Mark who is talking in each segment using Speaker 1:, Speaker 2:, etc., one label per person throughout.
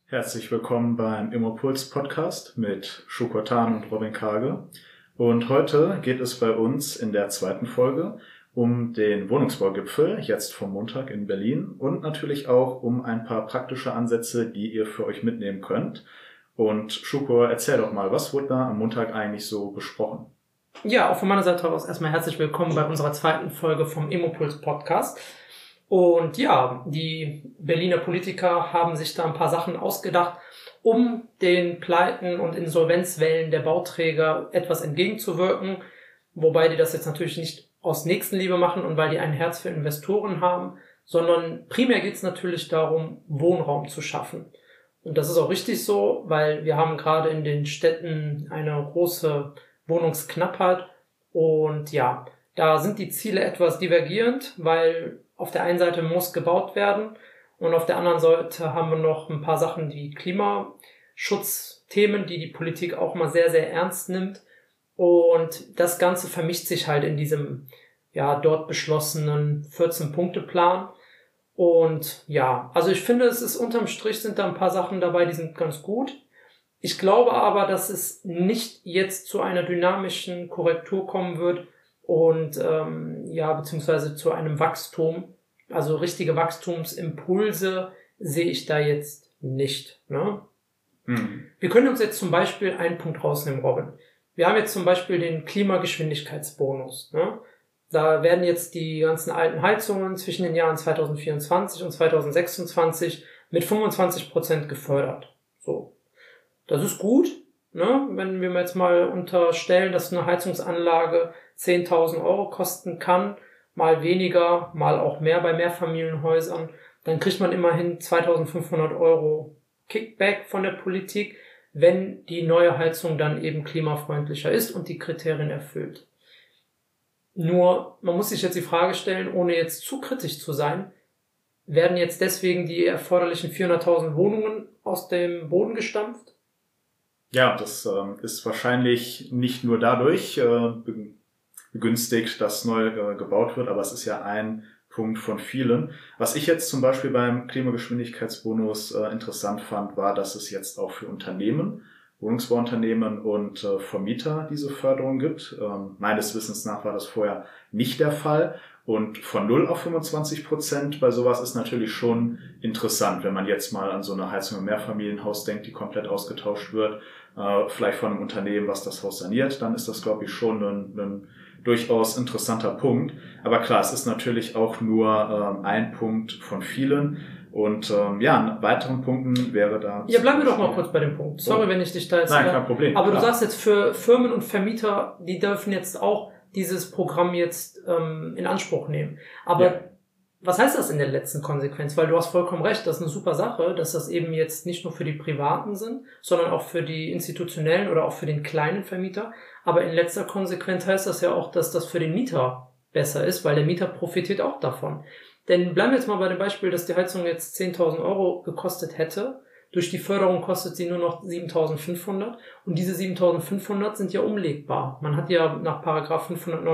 Speaker 1: Herzlich willkommen beim Immopuls Podcast mit Shukotan und Robin Kage. Und heute geht es bei uns in der zweiten Folge um den Wohnungsbaugipfel, jetzt vom Montag in Berlin, und natürlich auch um ein paar praktische Ansätze, die ihr für euch mitnehmen könnt. Und Shuko, erzähl doch mal, was wurde da am Montag eigentlich so besprochen?
Speaker 2: Ja, auch von meiner Seite aus erstmal herzlich willkommen bei unserer zweiten Folge vom Immopuls Podcast. Und ja, die Berliner Politiker haben sich da ein paar Sachen ausgedacht, um den Pleiten und Insolvenzwellen der Bauträger etwas entgegenzuwirken, wobei die das jetzt natürlich nicht aus Nächstenliebe machen und weil die ein Herz für Investoren haben, sondern primär geht es natürlich darum, Wohnraum zu schaffen. Und das ist auch richtig so, weil wir haben gerade in den Städten eine große Wohnungsknappheit und ja, da sind die Ziele etwas divergierend, weil auf der einen Seite muss gebaut werden und auf der anderen Seite haben wir noch ein paar Sachen wie Klimaschutzthemen, die Politik auch mal sehr, sehr ernst nimmt. Und das Ganze vermischt sich halt in diesem dort beschlossenen 14-Punkte-Plan. Und ja, also ich finde, es ist unterm Strich sind da ein paar Sachen dabei, die sind ganz gut. Ich glaube aber, dass es nicht jetzt zu einer dynamischen Korrektur kommen wird, und beziehungsweise zu einem Wachstum, also richtige Wachstumsimpulse sehe ich da jetzt nicht. Ne? Wir können uns jetzt zum Beispiel einen Punkt rausnehmen, Robin. Wir haben jetzt zum Beispiel den Klimageschwindigkeitsbonus. Ne? Da werden jetzt die ganzen alten Heizungen zwischen den Jahren 2024 und 2026 mit 25% gefördert. So, das ist gut. Ne? Wenn wir jetzt mal unterstellen, dass eine Heizungsanlage 10.000 Euro kosten kann, mal weniger, mal auch mehr bei Mehrfamilienhäusern, dann kriegt man immerhin 2.500 Euro Kickback von der Politik, wenn die neue Heizung dann eben klimafreundlicher ist und die Kriterien erfüllt. Nur, man muss sich jetzt die Frage stellen, ohne jetzt zu kritisch zu sein, werden jetzt deswegen die erforderlichen 400.000 Wohnungen aus dem Boden gestampft?
Speaker 1: Ja, das ist wahrscheinlich nicht nur dadurch begünstigt, dass neu gebaut wird, aber es ist ja ein Punkt von vielen. Was ich jetzt zum Beispiel beim Klimageschwindigkeitsbonus interessant fand, war, dass es jetzt auch für Unternehmen, Wohnungsbauunternehmen und Vermieter diese Förderung gibt. Meines Wissens nach war das vorher nicht der Fall. Und von 0 auf 25% bei sowas ist natürlich schon interessant, wenn man jetzt mal an so eine Heizung im Mehrfamilienhaus denkt, die komplett ausgetauscht wird, vielleicht von einem Unternehmen, was das Haus saniert, dann ist das, glaube ich, schon ein durchaus interessanter Punkt. Aber klar, es ist natürlich auch nur ein Punkt von vielen. Und an weiteren Punkten wäre da...
Speaker 2: Ja, bleiben wir doch mal kurz bei dem Punkt. Sorry, wenn ich dich da jetzt...
Speaker 1: Nein, kein Problem.
Speaker 2: Aber klar. Du sagst jetzt, für Firmen und Vermieter, die dürfen jetzt auch dieses Programm jetzt in Anspruch nehmen. Aber was heißt das in der letzten Konsequenz? Weil du hast vollkommen recht, das ist eine super Sache, dass das eben jetzt nicht nur für die Privaten sind, sondern auch für die institutionellen oder auch für den kleinen Vermieter. Aber in letzter Konsequenz heißt das ja auch, dass das für den Mieter besser ist, weil der Mieter profitiert auch davon. Denn bleiben wir jetzt mal bei dem Beispiel, dass die Heizung jetzt 10.000 Euro gekostet hätte. Durch die Förderung kostet sie nur noch 7.500 und diese 7.500 sind ja umlegbar. Man hat ja nach Paragraph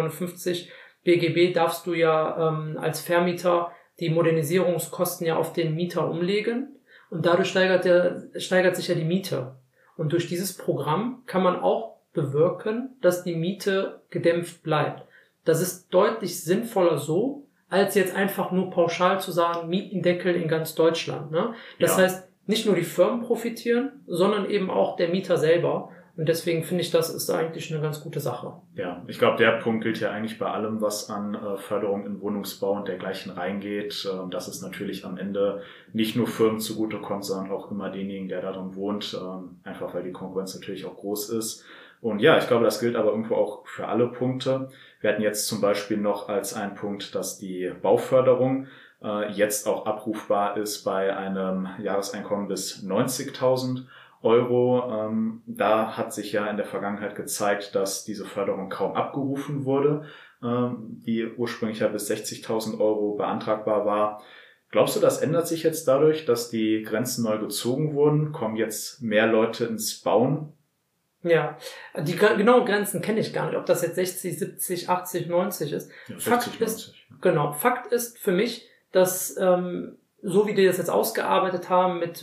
Speaker 2: 559 BGB darfst du ja als Vermieter die Modernisierungskosten ja auf den Mieter umlegen und dadurch steigert sich ja die Miete. Und durch dieses Programm kann man auch bewirken, dass die Miete gedämpft bleibt. Das ist deutlich sinnvoller so, als jetzt einfach nur pauschal zu sagen, Mietendeckel in ganz Deutschland. Ne? Das heißt, nicht nur die Firmen profitieren, sondern eben auch der Mieter selber. Und deswegen finde ich, das ist eigentlich eine ganz gute Sache.
Speaker 1: Ja, ich glaube, der Punkt gilt ja eigentlich bei allem, was an Förderung in Wohnungsbau und dergleichen reingeht, dass es natürlich am Ende nicht nur Firmen zugutekommt, sondern auch immer denjenigen, der darin wohnt, einfach weil die Konkurrenz natürlich auch groß ist. Und ja, ich glaube, das gilt aber irgendwo auch für alle Punkte. Wir hatten jetzt zum Beispiel noch als einen Punkt, dass die Bauförderung jetzt auch abrufbar ist bei einem Jahreseinkommen bis 90.000 Euro. Da hat sich ja in der Vergangenheit gezeigt, dass diese Förderung kaum abgerufen wurde, die ursprünglich ja bis 60.000 Euro beantragbar war. Glaubst du, das ändert sich jetzt dadurch, dass die Grenzen neu gezogen wurden? Kommen jetzt mehr Leute ins Bauen?
Speaker 2: Ja, die genauen Grenzen kenne ich gar nicht, ob das jetzt 60, 70, 80, 90 ist.
Speaker 1: Ja, 60, 90.
Speaker 2: Fakt ist für mich, dass so wie die das jetzt ausgearbeitet haben mit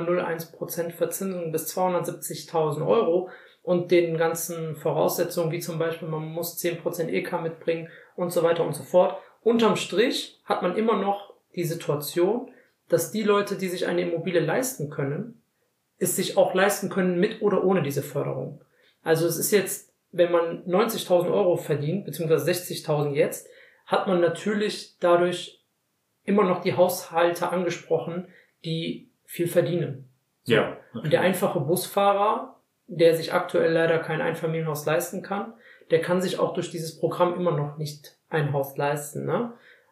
Speaker 2: 0,01% Verzinsung bis 270.000 Euro und den ganzen Voraussetzungen, wie zum Beispiel man muss 10% EK mitbringen und so weiter und so fort. Unterm Strich hat man immer noch die Situation, dass die Leute, die sich eine Immobilie leisten können, es sich auch leisten können mit oder ohne diese Förderung. Also es ist jetzt, wenn man 90.000 Euro verdient, beziehungsweise 60.000 jetzt, hat man natürlich dadurch immer noch die Haushalte angesprochen, die viel verdienen. So.
Speaker 1: Ja. Okay.
Speaker 2: Und der einfache Busfahrer, der sich aktuell leider kein Einfamilienhaus leisten kann, der kann sich auch durch dieses Programm immer noch nicht ein Haus leisten, ne?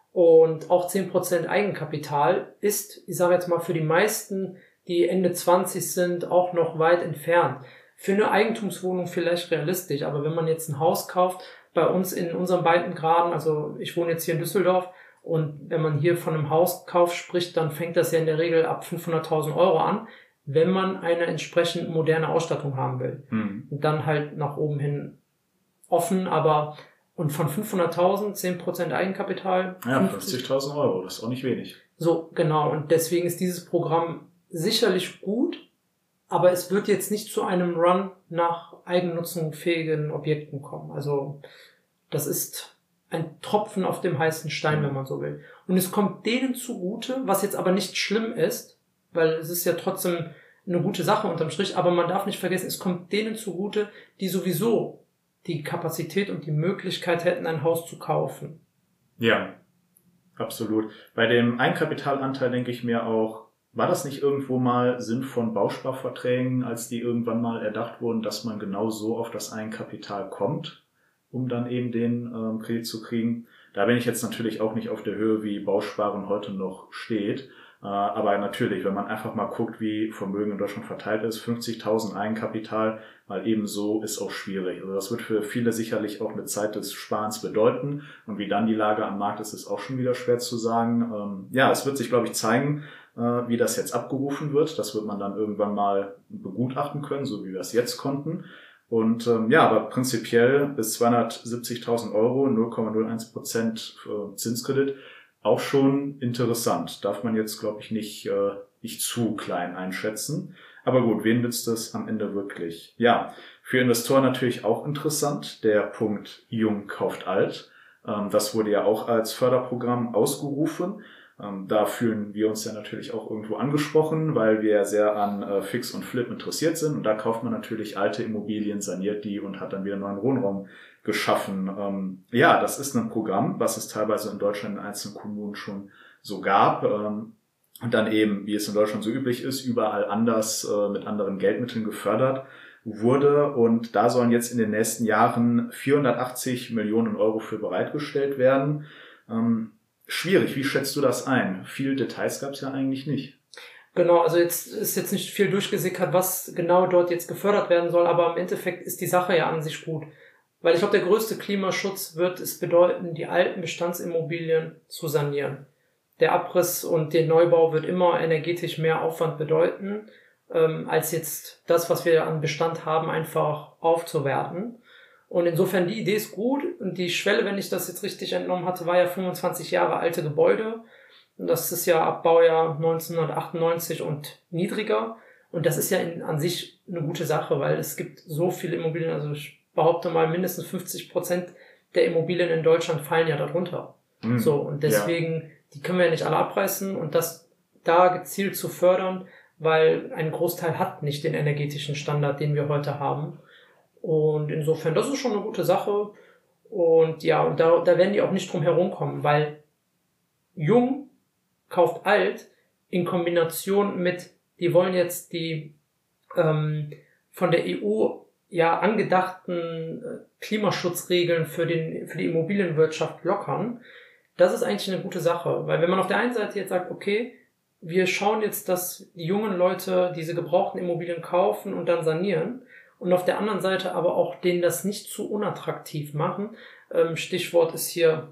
Speaker 2: Und auch 10% Eigenkapital ist, ich sage jetzt mal, für die meisten, die Ende 20 sind, auch noch weit entfernt. Für eine Eigentumswohnung vielleicht realistisch, aber wenn man jetzt ein Haus kauft, bei uns in unseren Breitengraden, also ich wohne jetzt hier in Düsseldorf, und wenn man hier von einem Hauskauf spricht, dann fängt das ja in der Regel ab 500.000 Euro an, wenn man eine entsprechend moderne Ausstattung haben will. Und dann halt nach oben hin offen, aber und von 500.000, 10% Eigenkapital.
Speaker 1: Ja, 50.000 Euro, das ist auch nicht wenig.
Speaker 2: So, genau. Und deswegen ist dieses Programm sicherlich gut, aber es wird jetzt nicht zu einem Run nach eigennutzungsfähigen Objekten kommen. Also das ist ein Tropfen auf dem heißen Stein, wenn man so will. Und es kommt denen zugute, was jetzt aber nicht schlimm ist, weil es ist ja trotzdem eine gute Sache unterm Strich, aber man darf nicht vergessen, es kommt denen zugute, die sowieso die Kapazität und die Möglichkeit hätten, ein Haus zu kaufen.
Speaker 1: Ja, absolut. Bei dem Eigenkapitalanteil denke ich mir auch, war das nicht irgendwo mal Sinn von Bausparverträgen, als die irgendwann mal erdacht wurden, dass man genau so auf das Eigenkapital kommt, um dann eben den Kredit zu kriegen? Da bin ich jetzt natürlich auch nicht auf der Höhe, wie Bausparen heute noch steht. Aber natürlich, wenn man einfach mal guckt, wie Vermögen in Deutschland verteilt ist, 50.000 Eigenkapital, mal eben so, ist auch schwierig. Also das wird für viele sicherlich auch eine Zeit des Sparens bedeuten. Und wie dann die Lage am Markt ist, ist auch schon wieder schwer zu sagen. Ja, es wird sich, glaube ich, zeigen, wie das jetzt abgerufen wird. Das wird man dann irgendwann mal begutachten können, so wie wir es jetzt konnten. Und ja, aber prinzipiell bis 270.000 Euro, 0,01% Zinskredit, auch schon interessant. Darf man jetzt, glaube ich, nicht zu klein einschätzen. Aber gut, wen nützt das am Ende wirklich? Ja, für Investoren natürlich auch interessant. Der Punkt Jung kauft alt. Das wurde ja auch als Förderprogramm ausgerufen. Da fühlen wir uns ja natürlich auch irgendwo angesprochen, weil wir sehr an Fix und Flip interessiert sind. Und da kauft man natürlich alte Immobilien, saniert die und hat dann wieder neuen Wohnraum geschaffen. Ja, das ist ein Programm, was es teilweise in Deutschland in einzelnen Kommunen schon so gab. Und dann eben, wie es in Deutschland so üblich ist, überall anders mit anderen Geldmitteln gefördert wurde. Und da sollen jetzt in den nächsten Jahren 480 Millionen Euro für bereitgestellt werden. Schwierig, wie schätzt du das ein? Viel Details gab es ja eigentlich nicht.
Speaker 2: Genau, also jetzt ist jetzt nicht viel durchgesickert, was genau dort jetzt gefördert werden soll, aber im Endeffekt ist die Sache ja an sich gut. Weil ich glaube, der größte Klimaschutz wird es bedeuten, die alten Bestandsimmobilien zu sanieren. Der Abriss und der Neubau wird immer energetisch mehr Aufwand bedeuten, als jetzt das, was wir an Bestand haben, einfach aufzuwerten. Und insofern, die Idee ist gut. Und die Schwelle, wenn ich das jetzt richtig entnommen hatte, war ja 25 Jahre alte Gebäude. Und das ist ja ab Baujahr 1998 und niedriger. Und das ist ja an sich eine gute Sache, weil es gibt so viele Immobilien, also ich behaupte mal, mindestens 50% der Immobilien in Deutschland fallen ja darunter. So, und deswegen, die können wir ja nicht alle abreißen und das da gezielt zu fördern, weil ein Großteil hat nicht den energetischen Standard, den wir heute haben. Und insofern, das ist schon eine gute Sache. Und ja, und da werden die auch nicht drum herumkommen, weil Jung kauft alt in Kombination mit, die wollen jetzt die von der EU ja angedachten Klimaschutzregeln für die Immobilienwirtschaft lockern. Das ist eigentlich eine gute Sache, weil wenn man auf der einen Seite jetzt sagt, okay, wir schauen jetzt, dass die jungen Leute diese gebrauchten Immobilien kaufen und dann sanieren und auf der anderen Seite aber auch denen das nicht zu unattraktiv machen. Stichwort ist hier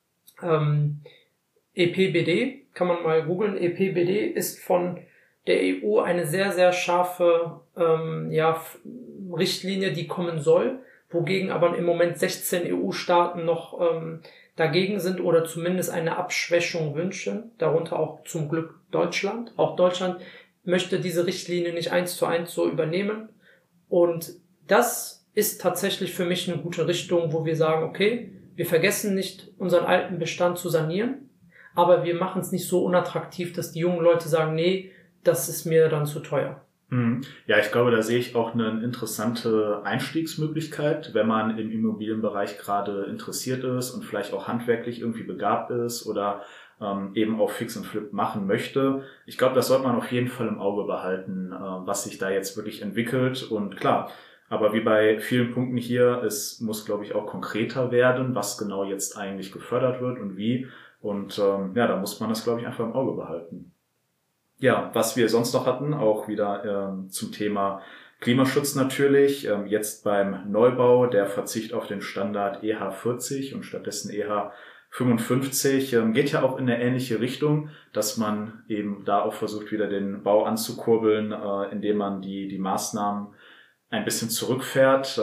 Speaker 2: EPBD, kann man mal googeln. EPBD ist von der EU eine sehr, sehr scharfe Richtlinie, die kommen soll, wogegen aber im Moment 16 EU-Staaten noch dagegen sind oder zumindest eine Abschwächung wünschen, darunter auch zum Glück Deutschland. Auch Deutschland möchte diese Richtlinie nicht 1:1 so übernehmen. Und das ist tatsächlich für mich eine gute Richtung, wo wir sagen, okay, wir vergessen nicht, unseren alten Bestand zu sanieren, aber wir machen es nicht so unattraktiv, dass die jungen Leute sagen, nee, das ist mir dann zu teuer.
Speaker 1: Ja, ich glaube, da sehe ich auch eine interessante Einstiegsmöglichkeit, wenn man im Immobilienbereich gerade interessiert ist und vielleicht auch handwerklich irgendwie begabt ist oder eben auch Fix und Flip machen möchte. Ich glaube, das sollte man auf jeden Fall im Auge behalten, was sich da jetzt wirklich entwickelt. Und klar, aber wie bei vielen Punkten hier, es muss, glaube ich, auch konkreter werden, was genau jetzt eigentlich gefördert wird und wie. Und ja, da muss man das, glaube ich, einfach im Auge behalten. Ja, was wir sonst noch hatten, auch wieder zum Thema Klimaschutz natürlich. Jetzt beim Neubau der Verzicht auf den Standard EH40 und stattdessen EH55 geht ja auch in eine ähnliche Richtung, dass man eben da auch versucht, wieder den Bau anzukurbeln, indem man die Maßnahmen ein bisschen zurückfährt.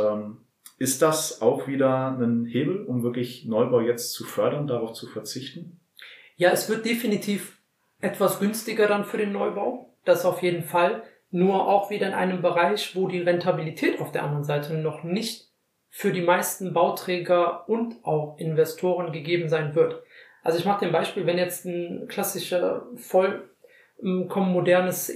Speaker 1: Ist das auch wieder ein Hebel, um wirklich Neubau jetzt zu fördern, darauf zu verzichten?
Speaker 2: Ja, es wird definitiv etwas günstiger dann für den Neubau. Das auf jeden Fall. Nur auch wieder in einem Bereich, wo die Rentabilität auf der anderen Seite noch nicht für die meisten Bauträger und auch Investoren gegeben sein wird. Also ich mache den Beispiel, wenn jetzt ein klassischer, vollkommen modernes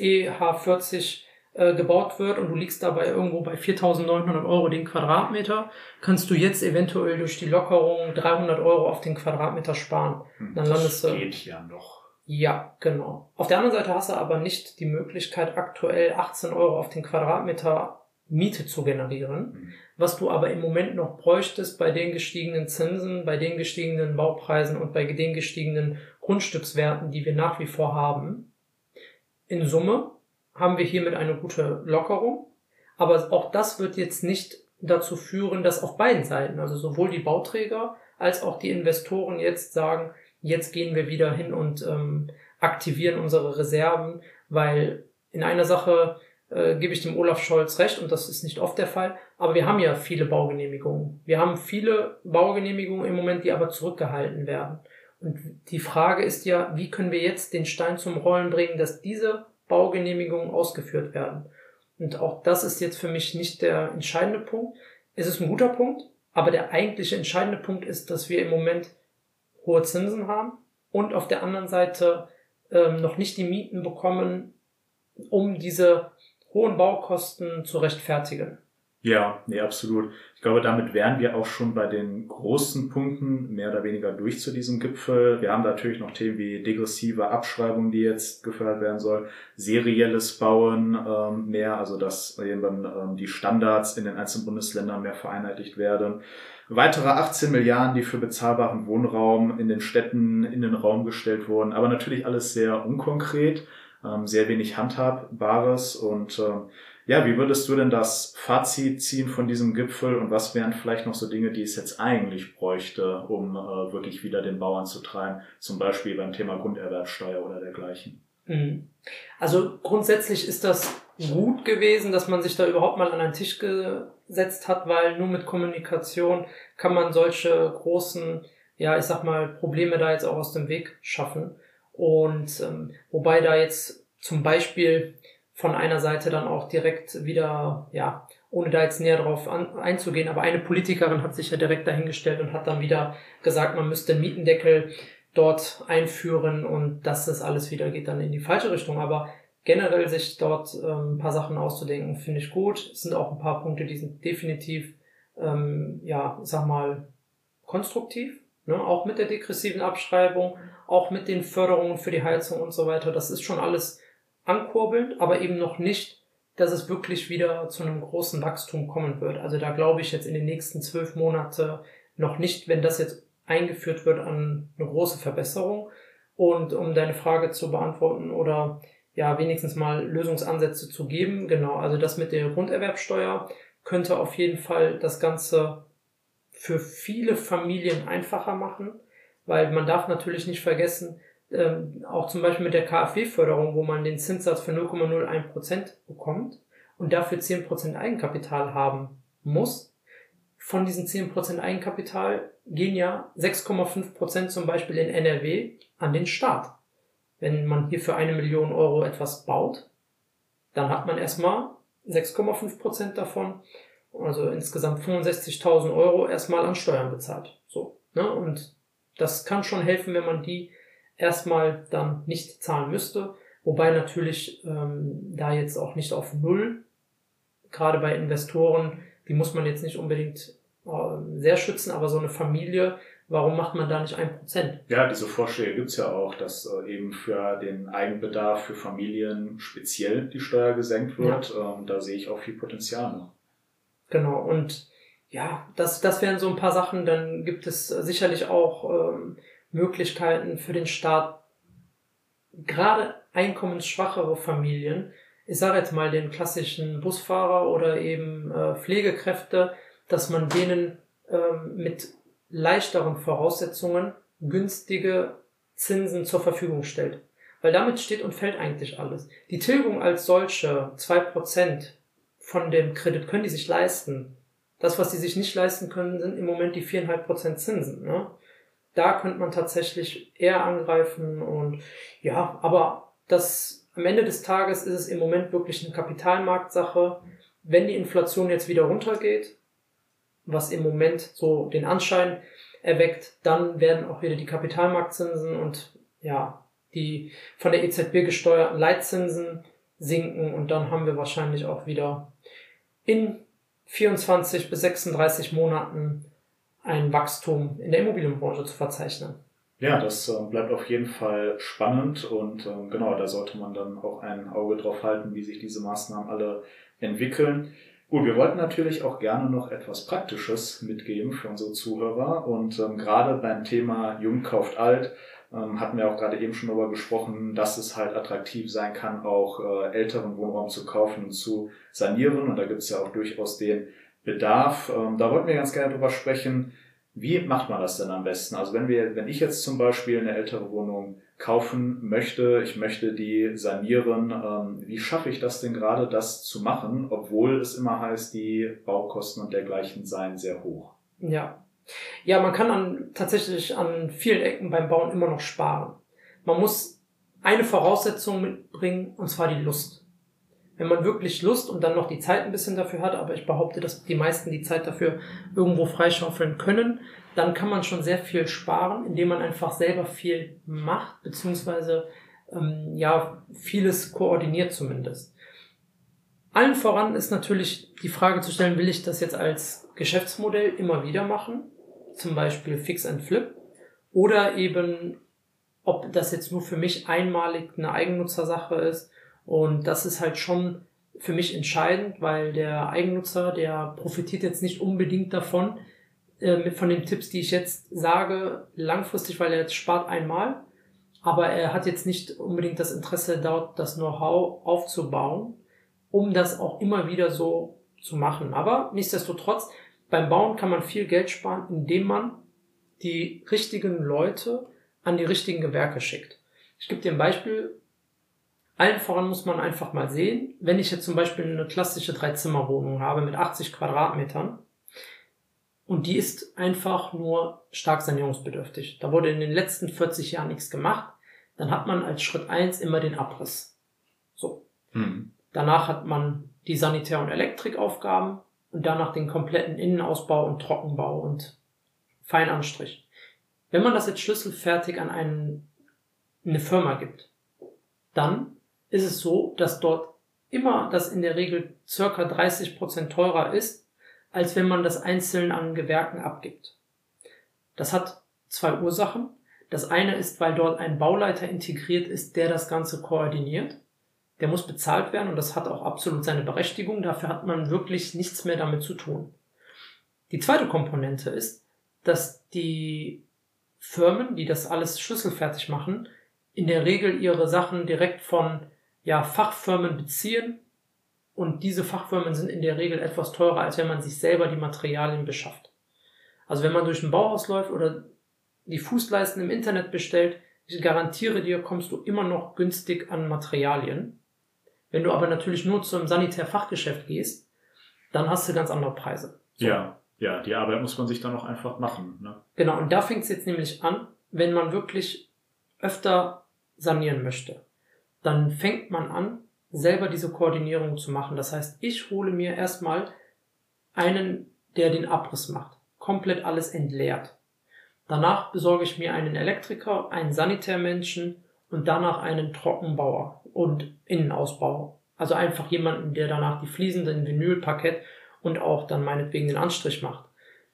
Speaker 2: EH40 gebaut wird und du liegst dabei irgendwo bei 4.900 Euro den Quadratmeter, kannst du jetzt eventuell durch die Lockerung 300 Euro auf den Quadratmeter sparen. Dann landest du.
Speaker 1: Das geht ja noch.
Speaker 2: Ja, genau. Auf der anderen Seite hast du aber nicht die Möglichkeit, aktuell 18 Euro auf den Quadratmeter Miete zu generieren. Was du aber im Moment noch bräuchtest bei den gestiegenen Zinsen, bei den gestiegenen Baupreisen und bei den gestiegenen Grundstückswerten, die wir nach wie vor haben. In Summe haben wir hiermit eine gute Lockerung, aber auch das wird jetzt nicht dazu führen, dass auf beiden Seiten, also sowohl die Bauträger als auch die Investoren jetzt sagen, jetzt gehen wir wieder hin und aktivieren unsere Reserven, weil in einer Sache gebe ich dem Olaf Scholz recht und das ist nicht oft der Fall, aber wir haben ja viele Baugenehmigungen. Wir haben viele Baugenehmigungen im Moment, die aber zurückgehalten werden. Und die Frage ist ja, wie können wir jetzt den Stein zum Rollen bringen, dass diese Baugenehmigungen ausgeführt werden? Und auch das ist jetzt für mich nicht der entscheidende Punkt. Es ist ein guter Punkt, aber der eigentliche entscheidende Punkt ist, dass wir im Moment hohe Zinsen haben und auf der anderen Seite noch nicht die Mieten bekommen, um diese hohen Baukosten zu rechtfertigen.
Speaker 1: Ja, nee, absolut. Ich glaube, damit wären wir auch schon bei den großen Punkten mehr oder weniger durch zu diesem Gipfel. Wir haben natürlich noch Themen wie degressive Abschreibung, die jetzt gefördert werden soll, serielles Bauen mehr, also dass eben die Standards in den einzelnen Bundesländern mehr vereinheitlicht werden. Weitere 18 Milliarden, die für bezahlbaren Wohnraum in den Städten in den Raum gestellt wurden, aber natürlich alles sehr unkonkret, sehr wenig Handhabbares und ja, wie würdest du denn das Fazit ziehen von diesem Gipfel und was wären vielleicht noch so Dinge, die es jetzt eigentlich bräuchte, um wirklich wieder den Bau anzutreiben, zum Beispiel beim Thema Grunderwerbsteuer oder dergleichen?
Speaker 2: Also grundsätzlich ist das gut gewesen, dass man sich da überhaupt mal an einen Tisch gesetzt hat, weil nur mit Kommunikation kann man solche großen, ja, ich sag mal, Probleme da jetzt auch aus dem Weg schaffen. Und wobei da jetzt zum Beispiel von einer Seite dann auch direkt wieder, ja, ohne da jetzt näher drauf einzugehen, aber eine Politikerin hat sich ja direkt dahingestellt und hat dann wieder gesagt, man müsste einen Mietendeckel dort einführen und dass das alles wieder geht dann in die falsche Richtung. Aber generell sich dort ein paar Sachen auszudenken, finde ich gut. Es sind auch ein paar Punkte, die sind definitiv, ja, ich sag mal, konstruktiv, ne? Auch mit der degressiven Abschreibung, auch mit den Förderungen für die Heizung und so weiter. Das ist schon alles ankurbelnd, aber eben noch nicht, dass es wirklich wieder zu einem großen Wachstum kommen wird. Also da glaube ich jetzt in den nächsten 12 Monaten noch nicht, wenn das jetzt eingeführt wird, an eine große Verbesserung. Und um deine Frage zu beantworten oder ja wenigstens mal Lösungsansätze zu geben, genau, also das mit der Grunderwerbsteuer könnte auf jeden Fall das Ganze für viele Familien einfacher machen, weil man darf natürlich nicht vergessen, auch zum Beispiel mit der KfW-Förderung, wo man den Zinssatz für 0,01% bekommt und dafür 10% Eigenkapital haben muss. Von diesen 10% Eigenkapital gehen ja 6,5% zum Beispiel in NRW an den Staat. wenn man hier für 1 Million Euro etwas baut, dann hat man erstmal 6,5% davon, also insgesamt 65.000 Euro erstmal an Steuern bezahlt. So, ne? Und das kann schon helfen, wenn man die erstmal dann nicht zahlen müsste. Wobei natürlich da jetzt auch nicht auf Null, gerade bei Investoren, die muss man jetzt nicht unbedingt sehr schützen, aber so eine Familie, warum macht man da nicht 1%?
Speaker 1: Ja, diese Vorschläge gibt's ja auch, dass eben für den Eigenbedarf für Familien speziell die Steuer gesenkt wird. Ja. Da sehe ich auch viel Potenzial noch.
Speaker 2: Genau, und ja, das wären so ein paar Sachen. Dann gibt es sicherlich auch Möglichkeiten für den Staat, gerade einkommensschwachere Familien, ich sage jetzt mal den klassischen Busfahrer oder eben Pflegekräfte, dass man denen mit leichteren Voraussetzungen günstige Zinsen zur Verfügung stellt. Weil damit steht und fällt eigentlich alles. Die Tilgung als solche, 2% von dem Kredit, können die sich leisten. Das, was die sich nicht leisten können, sind im Moment die 4,5% Zinsen. Ne? Da könnte man tatsächlich eher angreifen und ja, aber am Ende des Tages ist es im Moment wirklich eine Kapitalmarktsache. Wenn die Inflation jetzt wieder runtergeht, was im Moment so den Anschein erweckt, dann werden auch wieder die Kapitalmarktzinsen und ja, die von der EZB gesteuerten Leitzinsen sinken und dann haben wir wahrscheinlich auch wieder in 24 bis 36 Monaten ein Wachstum in der Immobilienbranche zu verzeichnen.
Speaker 1: Ja, das bleibt auf jeden Fall spannend und genau, da sollte man dann auch ein Auge drauf halten, wie sich diese Maßnahmen alle entwickeln. Gut, wir wollten natürlich auch gerne noch etwas Praktisches mitgeben für unsere Zuhörer und gerade beim Thema Jung kauft alt hatten wir auch gerade eben schon darüber gesprochen, dass es halt attraktiv sein kann, auch älteren Wohnraum zu kaufen und zu sanieren und da gibt es ja auch durchaus den Bedarf. Da wollten wir ganz gerne drüber sprechen, wie macht man das denn am besten? Also wenn ich jetzt zum Beispiel eine ältere Wohnung kaufen möchte, ich möchte die sanieren, wie schaffe ich das denn gerade, das zu machen, obwohl es immer heißt, die Baukosten und dergleichen seien sehr hoch?
Speaker 2: Ja, man kann tatsächlich an vielen Ecken beim Bauen immer noch sparen. Man muss eine Voraussetzung mitbringen, und zwar die Lust. Wenn man wirklich Lust und dann noch die Zeit ein bisschen dafür hat, aber ich behaupte, dass die meisten die Zeit dafür irgendwo freischaufeln können, dann kann man schon sehr viel sparen, indem man einfach selber viel macht, beziehungsweise vieles koordiniert zumindest. Allen voran ist natürlich die Frage zu stellen, will ich das jetzt als Geschäftsmodell immer wieder machen, zum Beispiel Fix and Flip, oder eben, ob das jetzt nur für mich einmalig eine Eigennutzersache ist. Und das ist halt schon für mich entscheidend, weil der Eigennutzer, der profitiert jetzt nicht unbedingt davon, von den Tipps, die ich jetzt sage, langfristig, weil er jetzt spart einmal, aber er hat jetzt nicht unbedingt das Interesse, dort das Know-how aufzubauen, um das auch immer wieder so zu machen. Aber nichtsdestotrotz, beim Bauen kann man viel Geld sparen, indem man die richtigen Leute an die richtigen Gewerke schickt. Ich gebe dir ein Beispiel. Allen voran muss man einfach mal sehen, wenn ich jetzt zum Beispiel eine klassische 3-Zimmer-Wohnung habe mit 80 Quadratmetern und die ist einfach nur stark sanierungsbedürftig. Da wurde in den letzten 40 Jahren nichts gemacht. Dann hat man als Schritt 1 immer den Abriss. So. Danach hat man die Sanitär- und Elektrikaufgaben und danach den kompletten Innenausbau und Trockenbau und Feinanstrich. Wenn man das jetzt schlüsselfertig an eine Firma gibt, dann ist es so, dass dort immer das in der Regel circa 30% teurer ist, als wenn man das einzeln an Gewerken abgibt. Das hat 2 Ursachen. Das eine ist, weil dort ein Bauleiter integriert ist, der das Ganze koordiniert. Der muss bezahlt werden und das hat auch absolut seine Berechtigung. Dafür hat man wirklich nichts mehr damit zu tun. Die zweite Komponente ist, dass die Firmen, die das alles schlüsselfertig machen, in der Regel ihre Sachen direkt von Fachfirmen beziehen und diese Fachfirmen sind in der Regel etwas teurer, als wenn man sich selber die Materialien beschafft. Also wenn man durch ein Bauhaus läuft oder die Fußleisten im Internet bestellt, ich garantiere dir, kommst du immer noch günstig an Materialien. Wenn du aber natürlich nur zum Sanitär-Fachgeschäft gehst, dann hast du ganz andere Preise.
Speaker 1: So. Ja, die Arbeit muss man sich dann auch einfach machen. Ne?
Speaker 2: Genau, und da fängt es jetzt nämlich an, wenn man wirklich öfter sanieren möchte, dann fängt man an, selber diese Koordinierung zu machen. Das heißt, ich hole mir erstmal einen, der den Abriss macht, komplett alles entleert. Danach besorge ich mir einen Elektriker, einen Sanitärmenschen und danach einen Trockenbauer und Innenausbauer. Also einfach jemanden, der danach die Fliesen, den Vinylparkett und auch dann meinetwegen den Anstrich macht.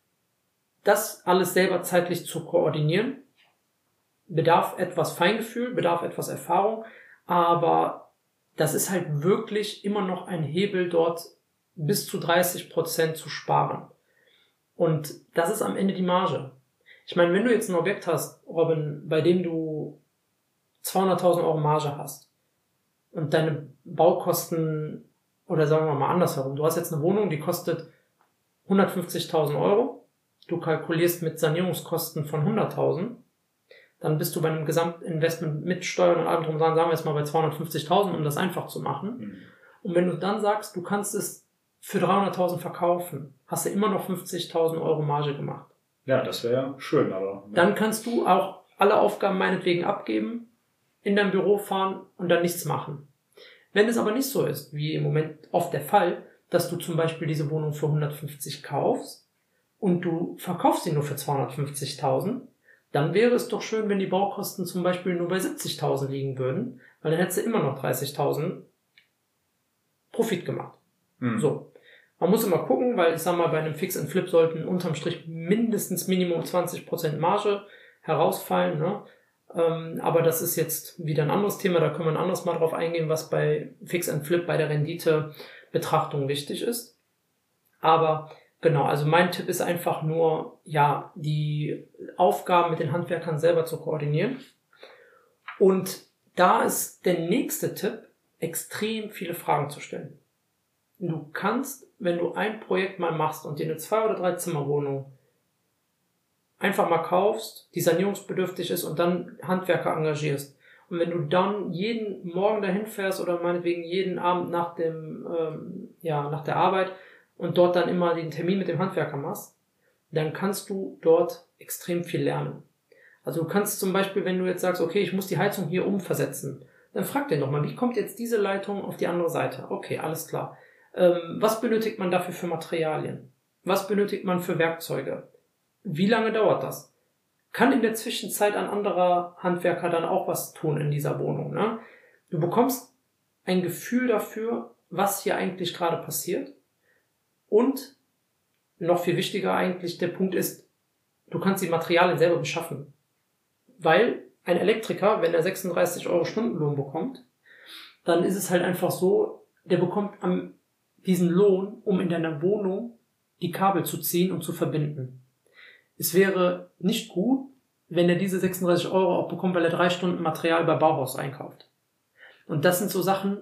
Speaker 2: Das alles selber zeitlich zu koordinieren, bedarf etwas Feingefühl, bedarf etwas Erfahrung, aber das ist halt wirklich immer noch ein Hebel, dort bis zu 30% zu sparen. Und das ist am Ende die Marge. Ich meine, wenn du jetzt ein Objekt hast, Robin, bei dem du 200.000 Euro Marge hast und deine Baukosten, oder sagen wir mal andersherum, du hast jetzt eine Wohnung, die kostet 150.000 Euro, du kalkulierst mit Sanierungskosten von 100.000, dann bist du bei einem Gesamtinvestment mit Steuern und allem drum dran, sagen wir jetzt mal bei 250.000, um das einfach zu machen. Mhm. Und wenn du dann sagst, du kannst es für 300.000 verkaufen, hast du immer noch 50.000 Euro Marge gemacht.
Speaker 1: Ja, das wäre schön, aber... Ja.
Speaker 2: Dann kannst du auch alle Aufgaben meinetwegen abgeben, in dein Büro fahren und dann nichts machen. Wenn es aber nicht so ist, wie im Moment oft der Fall, dass du zum Beispiel diese Wohnung für 150 kaufst und du verkaufst sie nur für 250.000, dann wäre es doch schön, wenn die Baukosten zum Beispiel nur bei 70.000 liegen würden, weil dann hättest du immer noch 30.000 Profit gemacht. Mhm. So. Man muss immer gucken, weil ich sag mal, bei einem Fix and Flip sollten unterm Strich mindestens Minimum 20% Marge herausfallen, ne? Aber das ist jetzt wieder ein anderes Thema, da können wir ein anderes Mal drauf eingehen, was bei Fix and Flip bei der Renditebetrachtung wichtig ist. Aber genau, also mein Tipp ist einfach nur, ja, die Aufgaben mit den Handwerkern selber zu koordinieren. Und da ist der nächste Tipp, extrem viele Fragen zu stellen. Du kannst, wenn du ein Projekt mal machst und dir eine 2- oder 3-Zimmer-Wohnung einfach mal kaufst, die sanierungsbedürftig ist und dann Handwerker engagierst. Und wenn du dann jeden Morgen dahin fährst oder meinetwegen jeden Abend nach der Arbeit und dort dann immer den Termin mit dem Handwerker machst, dann kannst du dort extrem viel lernen. Also du kannst zum Beispiel, wenn du jetzt sagst, okay, ich muss die Heizung hier umversetzen, dann frag den doch mal, wie kommt jetzt diese Leitung auf die andere Seite? Okay, alles klar. Was benötigt man dafür für Materialien? Was benötigt man für Werkzeuge? Wie lange dauert das? Kann in der Zwischenzeit ein anderer Handwerker dann auch was tun in dieser Wohnung, ne? Du bekommst ein Gefühl dafür, was hier eigentlich gerade passiert. Und noch viel wichtiger eigentlich, der Punkt ist, du kannst die Materialien selber beschaffen. Weil ein Elektriker, wenn er 36 Euro Stundenlohn bekommt, dann ist es halt einfach so, der bekommt diesen Lohn, um in deiner Wohnung die Kabel zu ziehen und zu verbinden. Es wäre nicht gut, wenn er diese 36 Euro auch bekommt, weil er 3 Stunden Material bei Bauhaus einkauft. Und das sind so Sachen,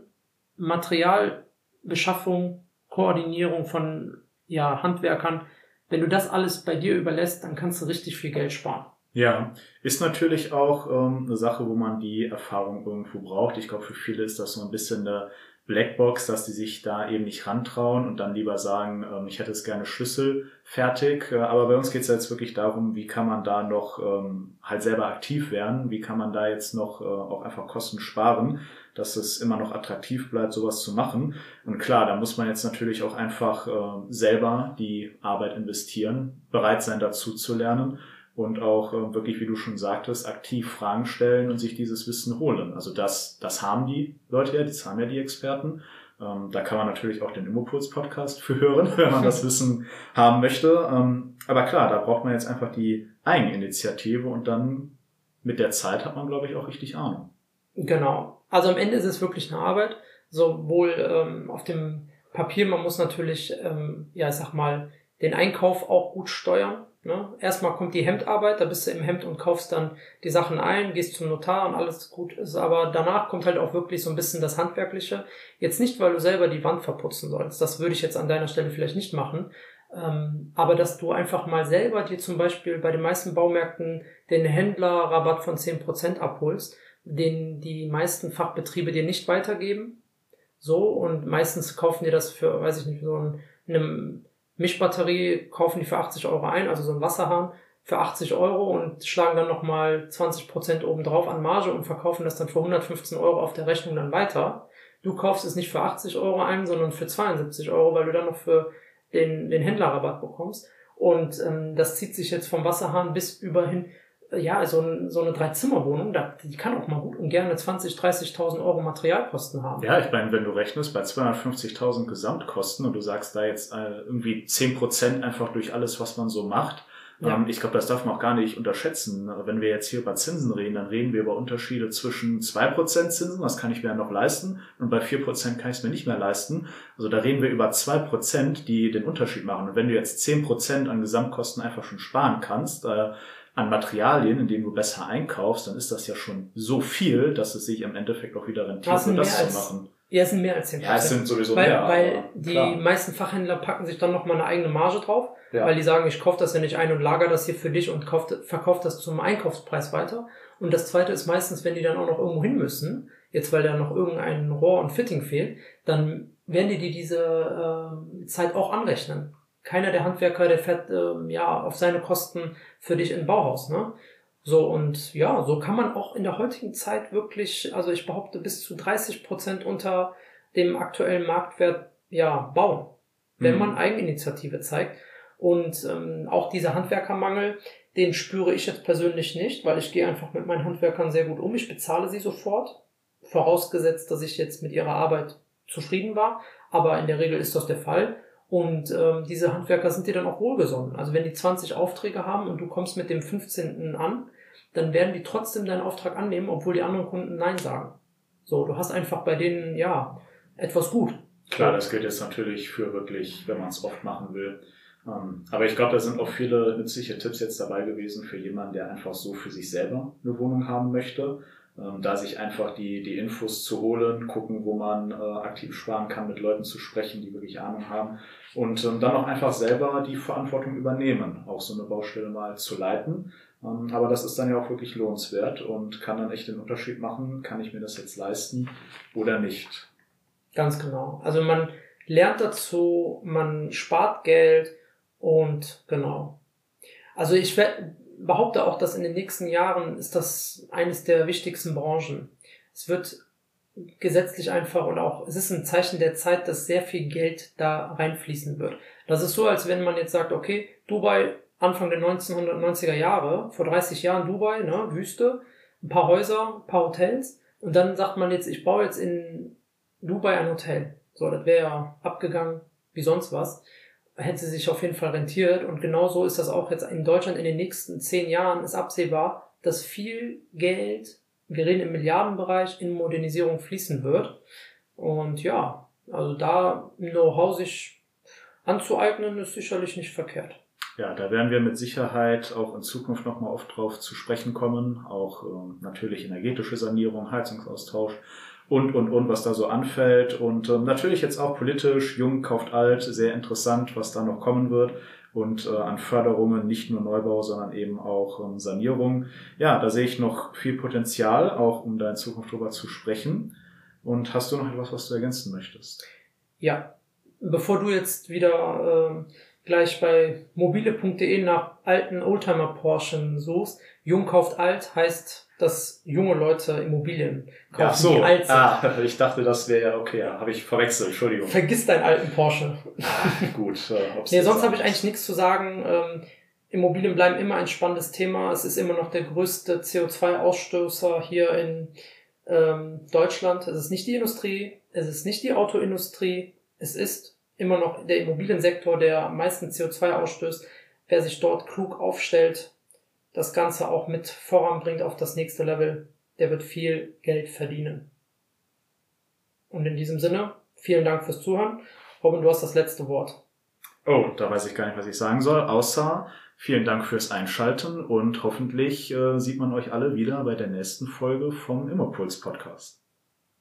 Speaker 2: Materialbeschaffung, Koordinierung von Handwerkern. Wenn du das alles bei dir überlässt, dann kannst du richtig viel Geld sparen.
Speaker 1: Ja, ist natürlich auch eine Sache, wo man die Erfahrung irgendwo braucht. Ich glaube, für viele ist das so ein bisschen eine Blackbox, dass die sich da eben nicht rantrauen und dann lieber sagen, ich hätte es gerne schlüsselfertig. Aber bei uns geht es ja jetzt wirklich darum, wie kann man da noch halt selber aktiv werden, wie kann man da jetzt noch auch einfach Kosten sparen, dass es immer noch attraktiv bleibt, sowas zu machen. Und klar, da muss man jetzt natürlich auch einfach selber die Arbeit investieren, bereit sein dazu zu lernen. Und auch wirklich, wie du schon sagtest, aktiv Fragen stellen und sich dieses Wissen holen. Also das haben die Leute ja, das haben ja die Experten. Da kann man natürlich auch den Immopuls-Podcast für hören, wenn man das Wissen haben möchte. Aber klar, da braucht man jetzt einfach die Eigeninitiative und dann mit der Zeit hat man, glaube ich, auch richtig Ahnung.
Speaker 2: Genau. Also am Ende ist es wirklich eine Arbeit. Sowohl auf dem Papier, man muss natürlich, den Einkauf auch gut steuern. Ne? Erstmal kommt die Hemdarbeit, da bist du im Hemd und kaufst dann die Sachen ein, gehst zum Notar und alles gut ist, aber danach kommt halt auch wirklich so ein bisschen das Handwerkliche. Jetzt nicht, weil du selber die Wand verputzen sollst, das würde ich jetzt an deiner Stelle vielleicht nicht machen, aber dass du einfach mal selber dir zum Beispiel bei den meisten Baumärkten den Händlerrabatt von 10% abholst, den die meisten Fachbetriebe dir nicht weitergeben, so, und meistens kaufen dir das für, weiß ich nicht, so eine Mischbatterie kaufen die für 80 Euro ein, also so ein Wasserhahn für 80 Euro und schlagen dann nochmal 20% obendrauf an Marge und verkaufen das dann für 115 Euro auf der Rechnung dann weiter. Du kaufst es nicht für 80 Euro ein, sondern für 72 Euro, weil du dann noch für den Händlerrabatt bekommst. Und das zieht sich jetzt vom Wasserhahn bis überhin, ja, so eine 3-Zimmer-Wohnung, die kann auch mal gut und gerne 20.000, 30.000 Euro Materialkosten haben.
Speaker 1: Ja, ich meine, wenn du rechnest bei 250.000 Gesamtkosten und du sagst da jetzt irgendwie 10% einfach durch alles, was man so macht, ja. Ich glaube, das darf man auch gar nicht unterschätzen. Wenn wir jetzt hier über Zinsen reden, dann reden wir über Unterschiede zwischen 2% Zinsen, das kann ich mir ja noch leisten, und bei 4% kann ich es mir nicht mehr leisten. Also da reden wir über 2%, die den Unterschied machen. Und wenn du jetzt 10% an Gesamtkosten einfach schon sparen kannst, an Materialien, indem du besser einkaufst, dann ist das ja schon so viel, dass es sich im Endeffekt auch wieder rentiert, so das zu machen.
Speaker 2: Ja, es sind mehr als 10%.
Speaker 1: Ja, es sind sowieso
Speaker 2: mehr.
Speaker 1: Weil
Speaker 2: die meisten Fachhändler packen sich dann nochmal eine eigene Marge drauf,
Speaker 1: ja.
Speaker 2: Weil die sagen, ich kaufe das ja nicht ein und lager das hier für dich und verkaufe das zum Einkaufspreis weiter. Und das Zweite ist meistens, wenn die dann auch noch irgendwo hin müssen, jetzt weil da noch irgendein Rohr und Fitting fehlt, dann werden die diese Zeit auch anrechnen. Keiner der Handwerker, der fährt auf seine Kosten für dich in ein Bauhaus, ne? So, und ja, so kann man auch in der heutigen Zeit wirklich, also ich behaupte, bis zu 30% unter dem aktuellen Marktwert bauen, wenn man Eigeninitiative zeigt. Und auch dieser Handwerkermangel, den spüre ich jetzt persönlich nicht, weil ich gehe einfach mit meinen Handwerkern sehr gut um. Ich bezahle sie sofort, vorausgesetzt, dass ich jetzt mit ihrer Arbeit zufrieden war, aber in der Regel ist das der Fall. Und diese Handwerker sind dir dann auch wohlgesonnen. Also wenn die 20 Aufträge haben und du kommst mit dem 15. an, dann werden die trotzdem deinen Auftrag annehmen, obwohl die anderen Kunden Nein sagen. So, du hast einfach bei denen, etwas gut.
Speaker 1: Klar, das gilt jetzt natürlich für wirklich, wenn man es oft machen will. Aber ich glaube, da sind auch viele nützliche Tipps jetzt dabei gewesen für jemanden, der einfach so für sich selber eine Wohnung haben möchte. Da sich einfach die Infos zu holen, gucken, wo man aktiv sparen kann, mit Leuten zu sprechen, die wirklich Ahnung haben und dann auch einfach selber die Verantwortung übernehmen, auch so eine Baustelle mal zu leiten. Aber das ist dann ja auch wirklich lohnenswert und kann dann echt den Unterschied machen, kann ich mir das jetzt leisten oder nicht.
Speaker 2: Ganz genau. Also man lernt dazu, man spart Geld und genau. Also ich behaupte auch, dass in den nächsten Jahren ist das eines der wichtigsten Branchen. Es wird gesetzlich einfach und auch, es ist ein Zeichen der Zeit, dass sehr viel Geld da reinfließen wird. Das ist so, als wenn man jetzt sagt, okay, Dubai, Anfang der 1990er Jahre, vor 30 Jahren Dubai, ne, Wüste, ein paar Häuser, ein paar Hotels und dann sagt man jetzt, ich baue jetzt in Dubai ein Hotel. So, das wäre ja abgegangen wie sonst was. Hätte sich auf jeden Fall rentiert und genauso ist das auch jetzt in Deutschland in den nächsten 10 Jahren ist absehbar, dass viel Geld, wir reden im Milliardenbereich, in Modernisierung fließen wird und ja, also da Know-how sich anzueignen ist sicherlich nicht verkehrt.
Speaker 1: Ja, da werden wir mit Sicherheit auch in Zukunft nochmal oft drauf zu sprechen kommen, auch natürlich energetische Sanierung, Heizungsaustausch und, was da so anfällt und natürlich jetzt auch politisch, jung kauft alt, sehr interessant, was da noch kommen wird und an Förderungen, nicht nur Neubau, sondern eben auch Sanierung. Ja, da sehe ich noch viel Potenzial, auch um da in Zukunft drüber zu sprechen. Und hast du noch etwas, was du ergänzen möchtest?
Speaker 2: Ja, bevor du jetzt wieder gleich bei mobile.de nach alten Oldtimer Porschen suchst, jung kauft alt heißt, dass junge Leute Immobilien kaufen, die alt sind.
Speaker 1: Ich dachte, das wäre ja okay, habe ich verwechselt, Entschuldigung.
Speaker 2: Vergiss deinen alten Porsche.
Speaker 1: Gut.
Speaker 2: Sonst habe ich eigentlich nichts zu sagen. Immobilien bleiben immer ein spannendes Thema. Es ist immer noch der größte CO2-Ausstoßer hier in Deutschland. Es ist nicht die Industrie, es ist nicht die Autoindustrie, es ist immer noch der Immobiliensektor, der am meisten CO2 ausstößt. Wer sich dort klug aufstellt, das Ganze auch mit voranbringt auf das nächste Level, der wird viel Geld verdienen. Und in diesem Sinne, vielen Dank fürs Zuhören. Robin, du hast das letzte Wort.
Speaker 1: Oh, da weiß ich gar nicht, was ich sagen soll, außer vielen Dank fürs Einschalten und hoffentlich sieht man euch alle wieder bei der nächsten Folge vom Immopuls Podcast.